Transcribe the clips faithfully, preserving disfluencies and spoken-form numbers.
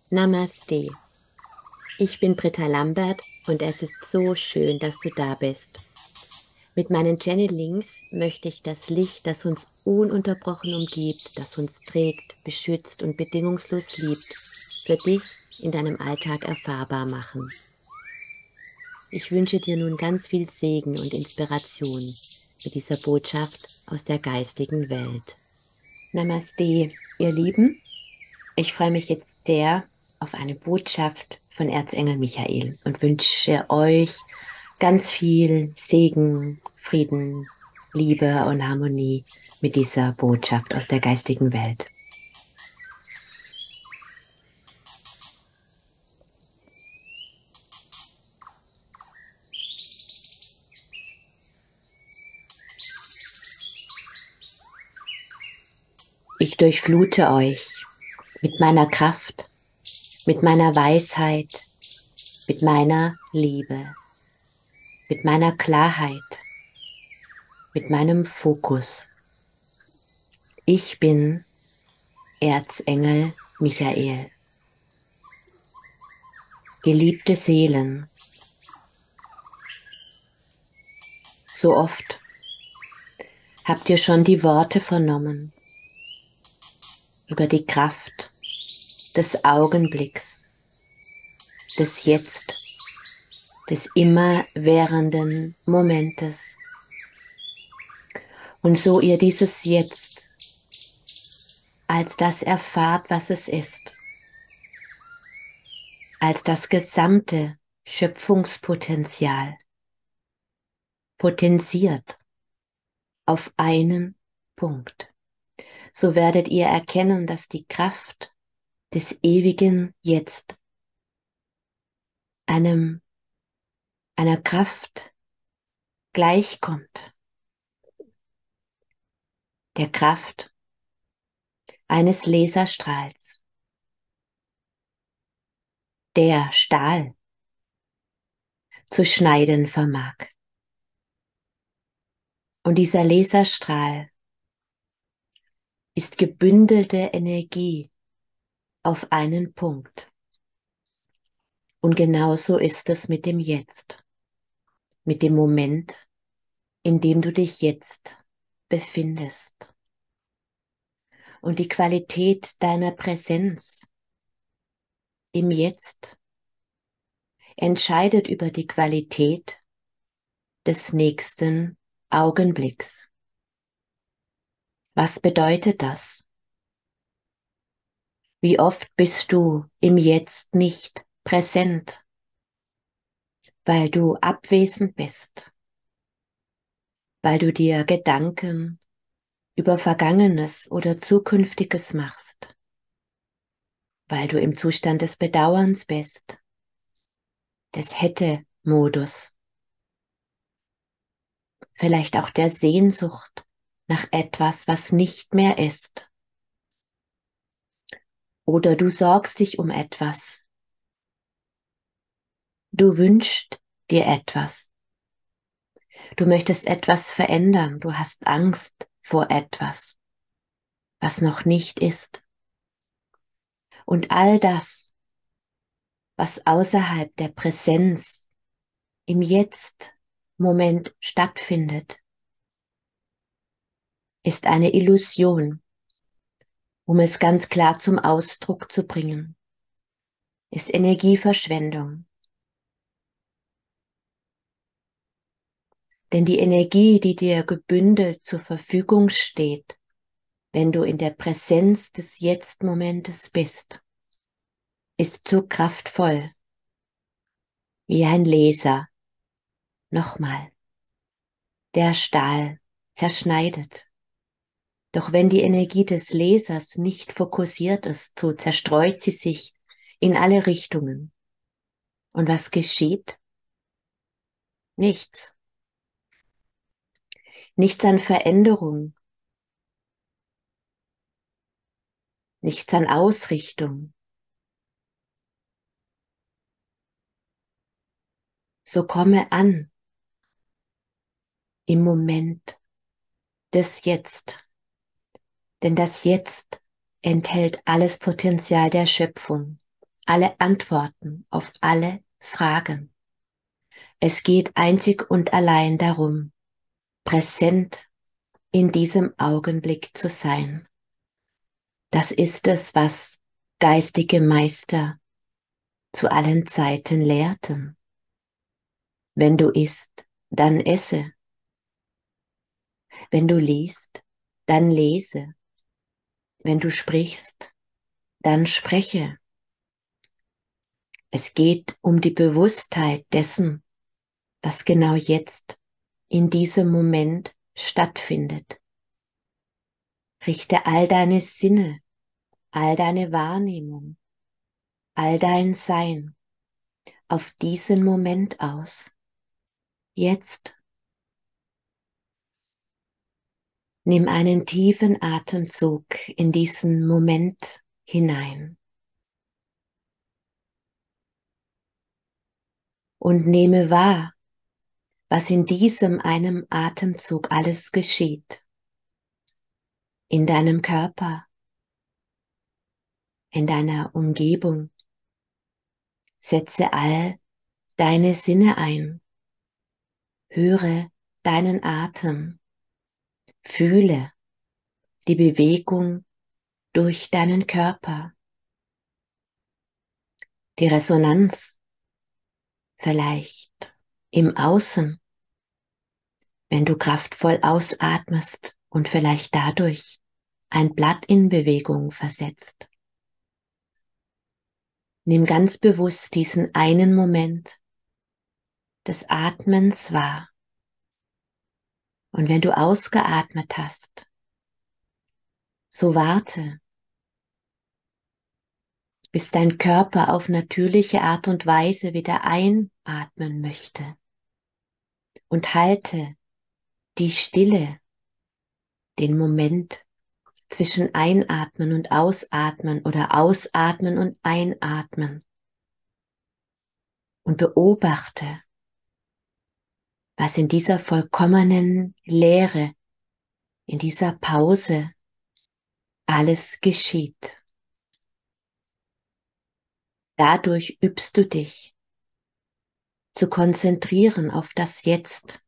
Namaste. Ich bin Britta Lambert und es ist so schön, dass du da bist. Mit meinen Channelings möchte ich das Licht, das uns ununterbrochen umgibt, das uns trägt, beschützt und bedingungslos liebt, für dich in deinem Alltag erfahrbar machen. Ich wünsche dir nun ganz viel Segen und Inspiration mit dieser Botschaft aus der geistigen Welt. Namaste, ihr Lieben. Ich freue mich jetzt sehr auf eine Botschaft von Erzengel Michael und wünsche euch ganz viel Segen, Frieden, Liebe und Harmonie mit dieser Botschaft aus der geistigen Welt. Ich durchflute euch mit meiner Kraft, mit meiner Weisheit, mit meiner Liebe, mit meiner Klarheit, mit meinem Fokus. Ich bin Erzengel Michael. Geliebte Seelen, so oft habt ihr schon die Worte vernommen über die Kraft des Augenblicks, des Jetzt, des immerwährenden Momentes. Und so ihr dieses Jetzt als das erfahrt, was es ist, als das gesamte Schöpfungspotenzial, potenziert auf einen Punkt, so werdet ihr erkennen, dass die Kraft des ewigen Jetzt einem, einer Kraft gleichkommt, der Kraft eines Laserstrahls, der Stahl zu schneiden vermag. Und dieser Laserstrahl ist gebündelte Energie auf einen Punkt. Und genauso ist es mit dem Jetzt, mit dem Moment, in dem du dich jetzt befindest. Und die Qualität deiner Präsenz im Jetzt entscheidet über die Qualität des nächsten Augenblicks. Was bedeutet das? Wie oft bist du im Jetzt nicht präsent, weil du abwesend bist, weil du dir Gedanken über Vergangenes oder Zukünftiges machst, weil du im Zustand des Bedauerns bist, des Hätte-Modus, vielleicht auch der Sehnsucht nach etwas, was nicht mehr ist. Oder du sorgst dich um etwas. Du wünschst dir etwas. Du möchtest etwas verändern. Du hast Angst vor etwas, was noch nicht ist. Und all das, was außerhalb der Präsenz im Jetzt-Moment stattfindet, ist eine Illusion, um es ganz klar zum Ausdruck zu bringen, ist Energieverschwendung. Denn die Energie, die dir gebündelt zur Verfügung steht, wenn du in der Präsenz des Jetzt-Momentes bist, ist so kraftvoll wie ein Laser. Nochmal, der Stahl zerschneidet. Doch wenn die Energie des Lasers nicht fokussiert ist, so zerstreut sie sich in alle Richtungen. Und was geschieht? Nichts. Nichts an Veränderung, nichts an Ausrichtung. So komme an im Moment des Jetzt. Denn das Jetzt enthält alles Potenzial der Schöpfung, alle Antworten auf alle Fragen. Es geht einzig und allein darum, präsent in diesem Augenblick zu sein. Das ist es, was geistige Meister zu allen Zeiten lehrten. Wenn du isst, dann esse. Wenn du liest, dann lese. Wenn du sprichst, dann spreche. Es geht um die Bewusstheit dessen, was genau jetzt in diesem Moment stattfindet. Richte all deine Sinne, all deine Wahrnehmung, all dein Sein auf diesen Moment aus. Jetzt. Nimm einen tiefen Atemzug in diesen Moment hinein und nehme wahr, was in diesem einem Atemzug alles geschieht. In deinem Körper, in deiner Umgebung. Setze all deine Sinne ein. Höre deinen Atem. Fühle die Bewegung durch deinen Körper. Die Resonanz vielleicht im Außen, wenn du kraftvoll ausatmest und vielleicht dadurch ein Blatt in Bewegung versetzt. Nimm ganz bewusst diesen einen Moment des Atmens wahr. Und wenn du ausgeatmet hast, so warte, bis dein Körper auf natürliche Art und Weise wieder einatmen möchte. Und halte die Stille, den Moment zwischen Einatmen und Ausatmen oder Ausatmen und Einatmen. Und beobachte, was in dieser vollkommenen Leere, in dieser Pause alles geschieht. Dadurch übst du dich zu konzentrieren auf das Jetzt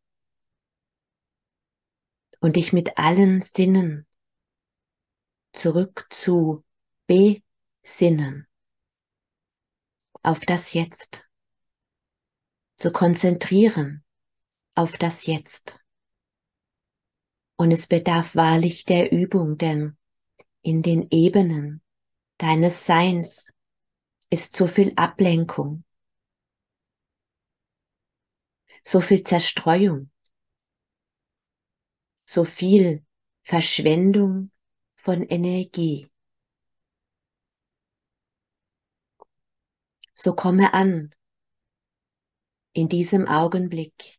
und dich mit allen Sinnen zurück zu besinnen auf das Jetzt, zu konzentrieren auf das Jetzt. Und es bedarf wahrlich der Übung, denn in den Ebenen deines Seins ist so viel Ablenkung, so viel Zerstreuung, so viel Verschwendung von Energie. So komme an in diesem Augenblick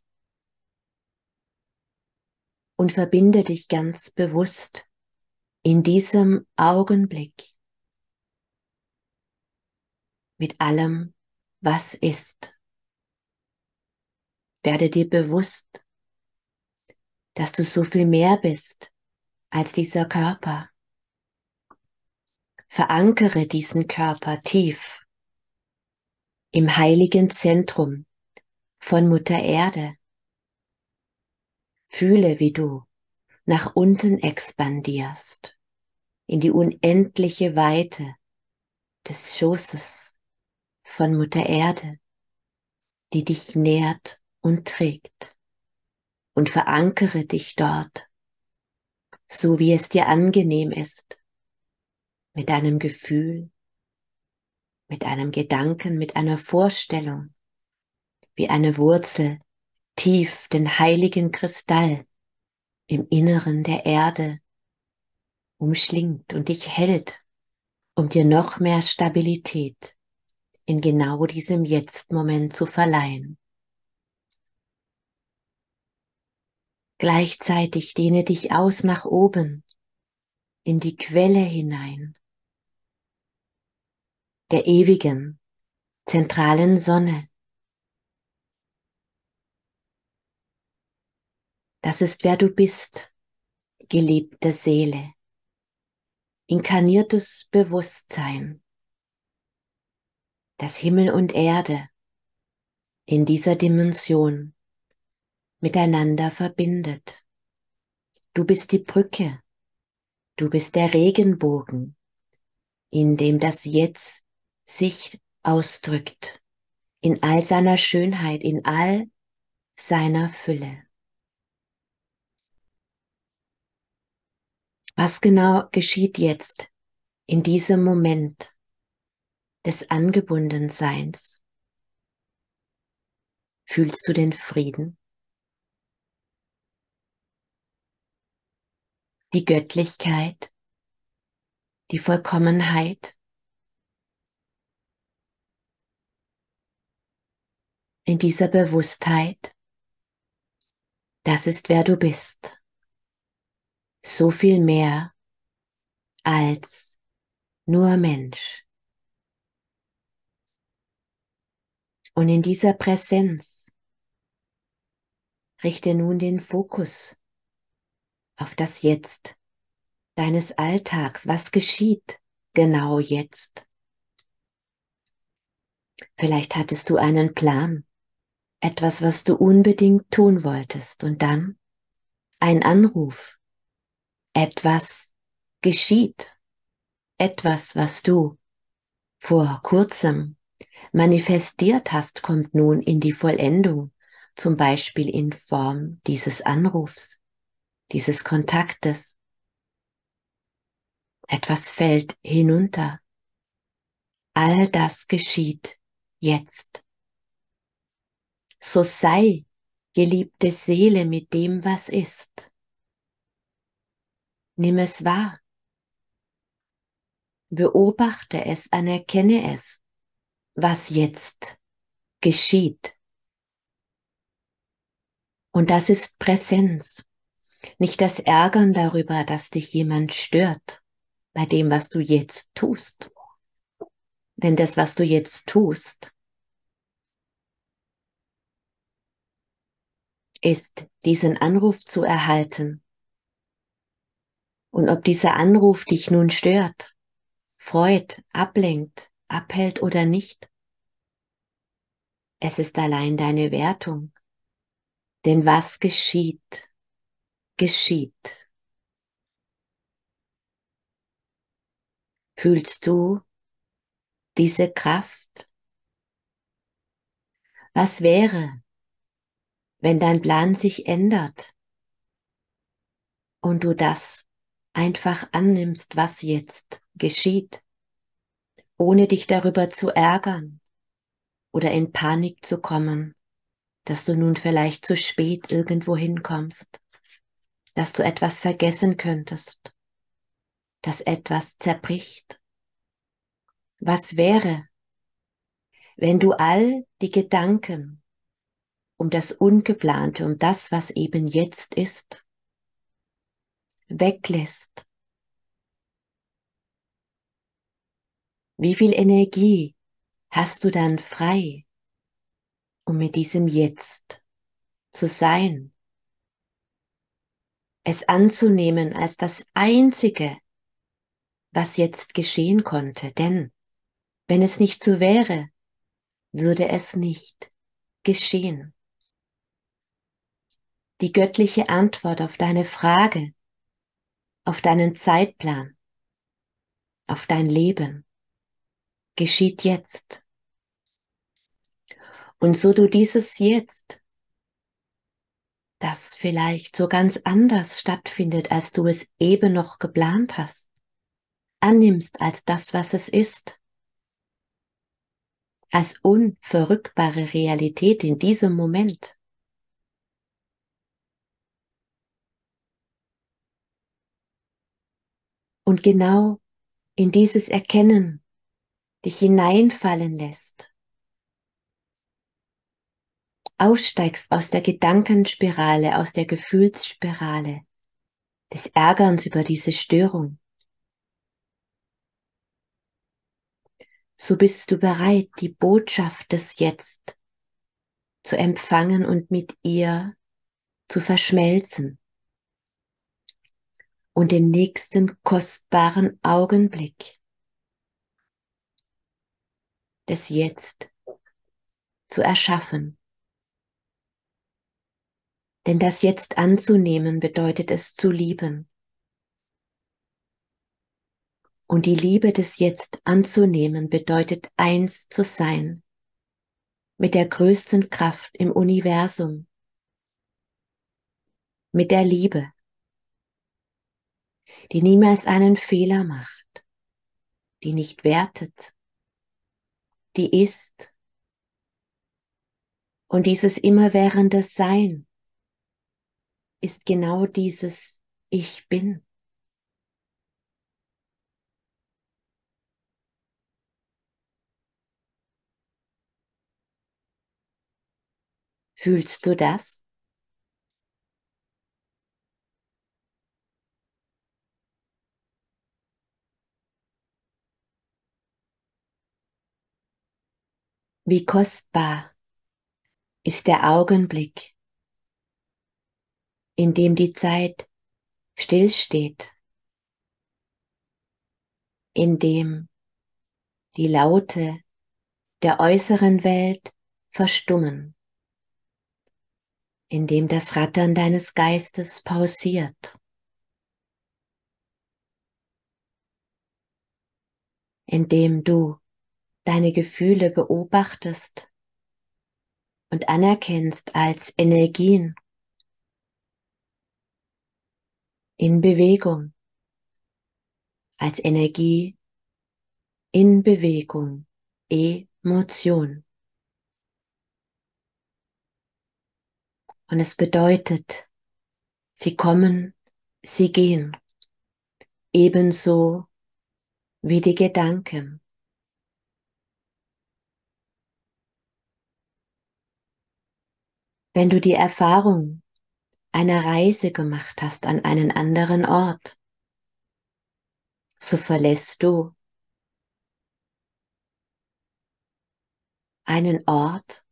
und verbinde dich ganz bewusst in diesem Augenblick mit allem, was ist. Werde dir bewusst, dass du so viel mehr bist als dieser Körper. Verankere diesen Körper tief im heiligen Zentrum von Mutter Erde. Fühle, wie du nach unten expandierst, in die unendliche Weite des Schoßes von Mutter Erde, die dich nährt und trägt. Und verankere dich dort, so wie es dir angenehm ist, mit deinem Gefühl, mit einem Gedanken, mit einer Vorstellung, wie eine Wurzel tief den heiligen Kristall im Inneren der Erde umschlingt und dich hält, um dir noch mehr Stabilität in genau diesem Jetzt-Moment zu verleihen. Gleichzeitig dehne dich aus nach oben, in die Quelle hinein, der ewigen, zentralen Sonne. Das ist, wer du bist, geliebte Seele, inkarniertes Bewusstsein. dass Himmel und Erde in dieser Dimension miteinander verbindet. Du bist die Brücke, du bist der Regenbogen, in dem das Jetzt sich ausdrückt, in all seiner Schönheit, in all seiner Fülle. Was genau geschieht jetzt in diesem Moment des Angebundenseins? Fühlst du den Frieden, die Göttlichkeit, die Vollkommenheit in dieser Bewusstheit? Das ist, wer du bist. So viel mehr als nur Mensch. Und in dieser Präsenz richte nun den Fokus auf das Jetzt deines Alltags. Was geschieht genau jetzt? Vielleicht hattest du einen Plan, etwas, was du unbedingt tun wolltest, und dann ein Anruf. Etwas geschieht. Etwas, was du vor kurzem manifestiert hast, kommt nun in die Vollendung, zum Beispiel in Form dieses Anrufs, dieses Kontaktes. Etwas fällt hinunter. All das geschieht jetzt. So sei, geliebte Seele, mit dem, was ist. Nimm es wahr. Beobachte es, anerkenne es, was jetzt geschieht. Und das ist Präsenz. Nicht das Ärgern darüber, dass dich jemand stört bei dem, was du jetzt tust. Denn das, was du jetzt tust, ist, diesen Anruf zu erhalten. Und ob dieser Anruf dich nun stört, freut, ablenkt, abhält oder nicht, es ist allein deine Wertung. Denn was geschieht, geschieht. Fühlst du diese Kraft? Was wäre, wenn dein Plan sich ändert und du das einfach annimmst, was jetzt geschieht, ohne dich darüber zu ärgern oder in Panik zu kommen, dass du nun vielleicht zu spät irgendwo hinkommst, dass du etwas vergessen könntest, dass etwas zerbricht? Was wäre, wenn du all die Gedanken um das Ungeplante, um das, was eben jetzt ist, weglässt? Wie viel Energie hast du dann frei, um mit diesem Jetzt zu sein, es anzunehmen als das Einzige, was jetzt geschehen konnte? Denn wenn es nicht so wäre, würde es nicht geschehen. Die göttliche Antwort auf deine Frage, auf deinen Zeitplan, auf dein Leben, geschieht jetzt. Und so du dieses Jetzt, das vielleicht so ganz anders stattfindet, als du es eben noch geplant hast, annimmst als das, was es ist, als unverrückbare Realität in diesem Moment. Und genau in dieses Erkennen dich hineinfallen lässt, aussteigst aus der Gedankenspirale, aus der Gefühlsspirale, des Ärgerns über diese Störung, so bist du bereit, die Botschaft des Jetzt zu empfangen und mit ihr zu verschmelzen und den nächsten kostbaren Augenblick des Jetzt zu erschaffen. Denn das Jetzt anzunehmen bedeutet es zu lieben. Und die Liebe des Jetzt anzunehmen bedeutet eins zu sein mit der größten Kraft im Universum, mit der Liebe, die niemals einen Fehler macht, die nicht wertet, die ist. Und dieses immerwährende Sein ist genau dieses Ich bin. Fühlst du das? Wie kostbar ist der Augenblick, in dem die Zeit stillsteht, in dem die Laute der äußeren Welt verstummen, in dem das Rattern deines Geistes pausiert, in dem du deine Gefühle beobachtest und anerkennst als Energien in Bewegung, als Energie in Bewegung, Emotion. Und es bedeutet, sie kommen, sie gehen, ebenso wie die Gedanken. Wenn du die Erfahrung einer Reise gemacht hast an einen anderen Ort, so verlässt du einen Ort,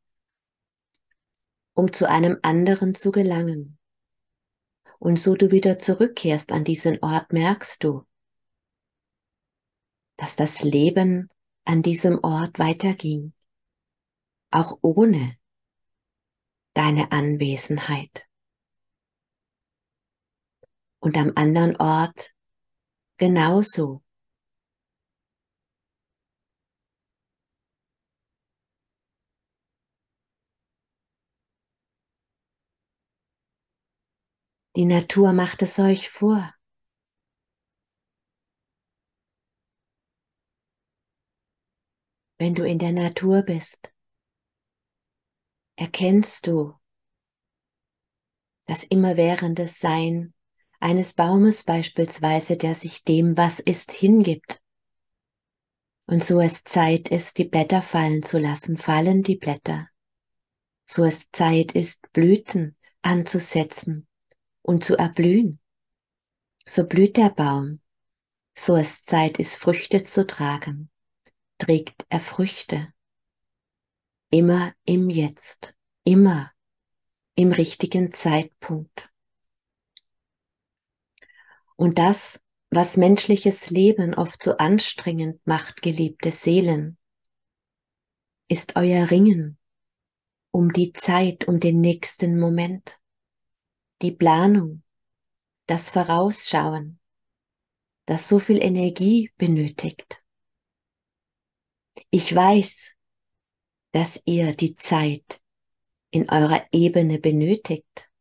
um zu einem anderen zu gelangen. Und so du wieder zurückkehrst an diesen Ort, merkst du, dass das Leben an diesem Ort weiterging, auch ohne deine Anwesenheit. Und am anderen Ort genauso. Die Natur macht es euch vor. Wenn du in der Natur bist, erkennst du das immerwährende Sein eines Baumes beispielsweise, der sich dem, was ist, hingibt. Und so es Zeit ist, die Blätter fallen zu lassen, fallen die Blätter. So es Zeit ist, Blüten anzusetzen und zu erblühen. So blüht der Baum. So es Zeit ist, Früchte zu tragen, trägt er Früchte. Immer im Jetzt, immer im richtigen Zeitpunkt. Und das, was menschliches Leben oft so anstrengend macht, geliebte Seelen, ist euer Ringen um die Zeit, um den nächsten Moment, die Planung, das Vorausschauen, das so viel Energie benötigt. Ich weiß, dass ihr die Zeit in eurer Ebene benötigt,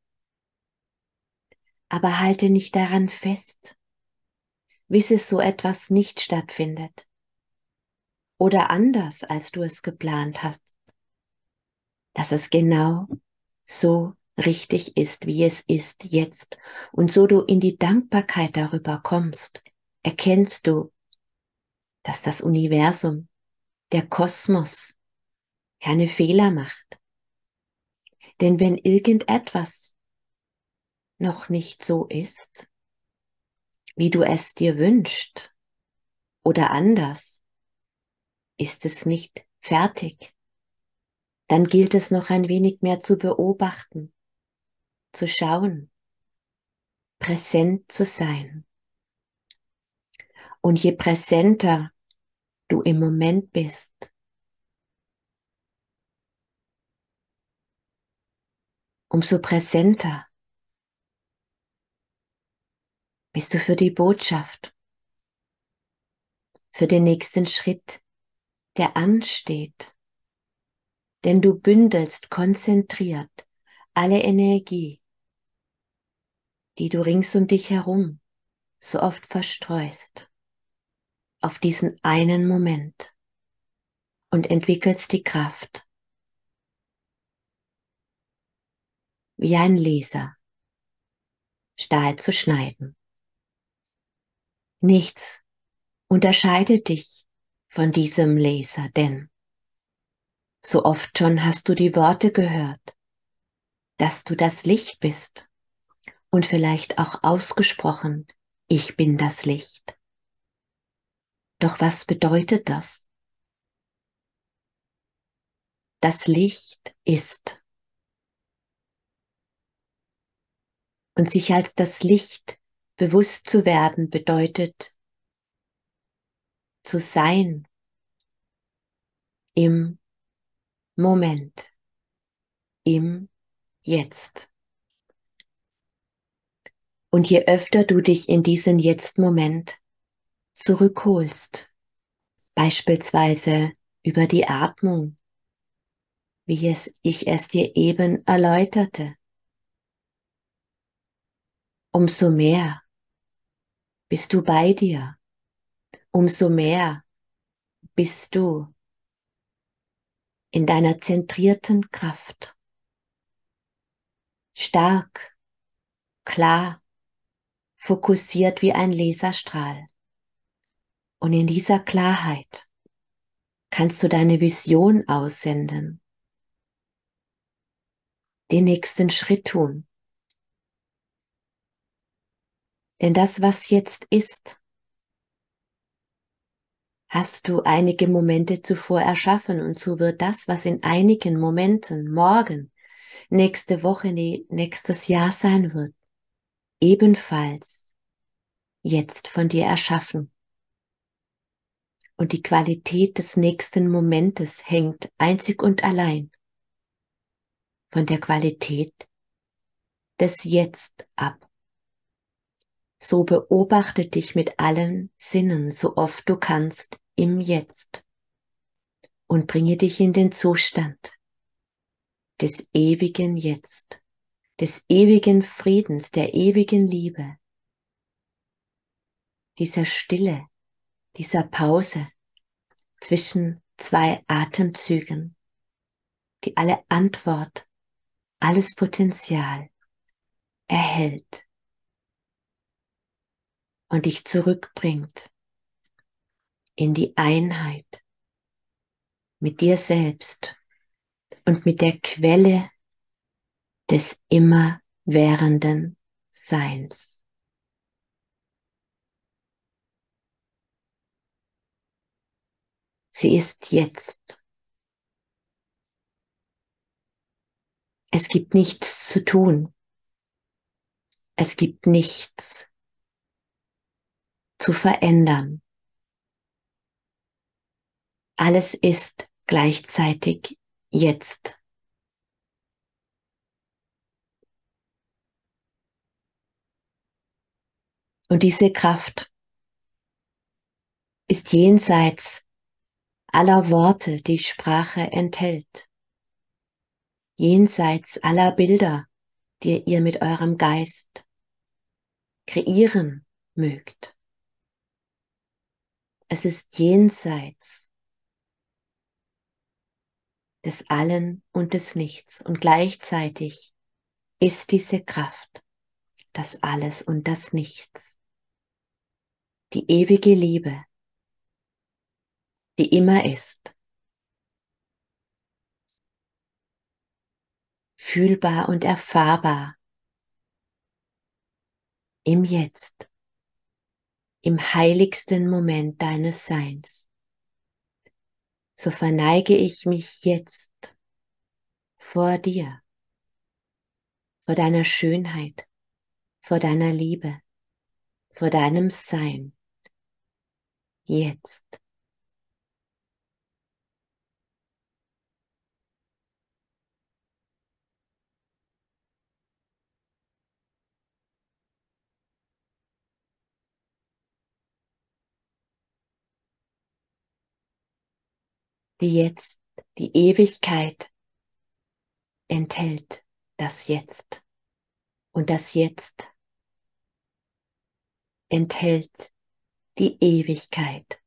aber halte nicht daran fest, bis es so etwas nicht stattfindet oder anders, als du es geplant hast, dass es genau so richtig ist, wie es ist jetzt. Und so du in die Dankbarkeit darüber kommst, erkennst du, dass das Universum, der Kosmos, keine Fehler macht. Denn wenn irgendetwas noch nicht so ist, wie du es dir wünschst, oder anders, ist es nicht fertig. Dann gilt es noch ein wenig mehr zu beobachten, zu schauen, präsent zu sein. Und je präsenter du im Moment bist, umso präsenter bist du für die Botschaft, für den nächsten Schritt, der ansteht. Denn du bündelst konzentriert alle Energie, die du rings um dich herum so oft verstreust, auf diesen einen Moment und entwickelst die Kraft, wie ein Laser, Stahl zu schneiden. Nichts unterscheidet dich von diesem Laser, denn so oft schon hast du die Worte gehört, dass du das Licht bist und vielleicht auch ausgesprochen, ich bin das Licht. Doch was bedeutet das? Das Licht ist. Und sich als das Licht bewusst zu werden, bedeutet zu sein im Moment, im Jetzt. Und je öfter du dich in diesen Jetzt-Moment zurückholst, beispielsweise über die Atmung, wie es ich es dir eben erläuterte, umso mehr bist du bei dir, umso mehr bist du in deiner zentrierten Kraft, stark, klar, fokussiert wie ein Laserstrahl. Und in dieser Klarheit kannst du deine Vision aussenden, den nächsten Schritt tun. Denn das, was jetzt ist, hast du einige Momente zuvor erschaffen und so wird das, was in einigen Momenten, morgen, nächste Woche, nächstes Jahr sein wird, ebenfalls jetzt von dir erschaffen. Und die Qualität des nächsten Momentes hängt einzig und allein von der Qualität des Jetzt ab. So beobachte dich mit allen Sinnen, so oft du kannst, im Jetzt und bringe dich in den Zustand des ewigen Jetzt, des ewigen Friedens, der ewigen Liebe, dieser Stille, dieser Pause zwischen zwei Atemzügen, die alle Antwort, alles Potenzial erhält und dich zurückbringt in die Einheit mit dir selbst und mit der Quelle des immerwährenden Seins. Sie ist jetzt. Es gibt nichts zu tun. Es gibt nichts zu verändern. Alles ist gleichzeitig jetzt. Und diese Kraft ist jenseits aller Worte, die Sprache enthält. Jenseits aller Bilder, die ihr mit eurem Geist kreieren mögt. Es ist jenseits des Allen und des Nichts und gleichzeitig ist diese Kraft das Alles und das Nichts. Die ewige Liebe, die immer ist. Fühlbar und erfahrbar im Jetzt, im heiligsten Moment deines Seins. So verneige ich mich jetzt vor dir, vor deiner Schönheit, vor deiner Liebe, vor deinem Sein. Jetzt. Die Jetzt, die Ewigkeit enthält das Jetzt. Und das Jetzt enthält die Ewigkeit.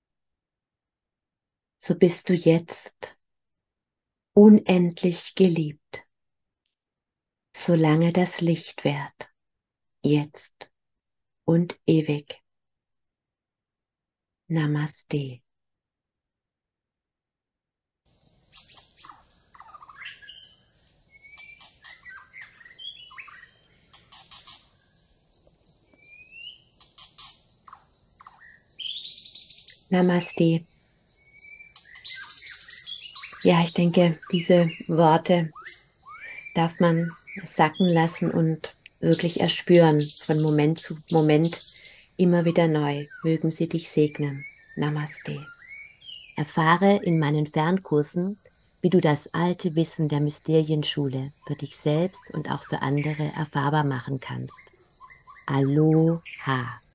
So bist du jetzt unendlich geliebt, solange das Licht währt, jetzt und ewig. Namaste. Namaste. Ja, ich denke, diese Worte darf man sacken lassen und wirklich erspüren, von Moment zu Moment immer wieder neu. Mögen sie dich segnen. Namaste. Erfahre in meinen Fernkursen, wie du das alte Wissen der Mysterienschule für dich selbst und auch für andere erfahrbar machen kannst. Aloha.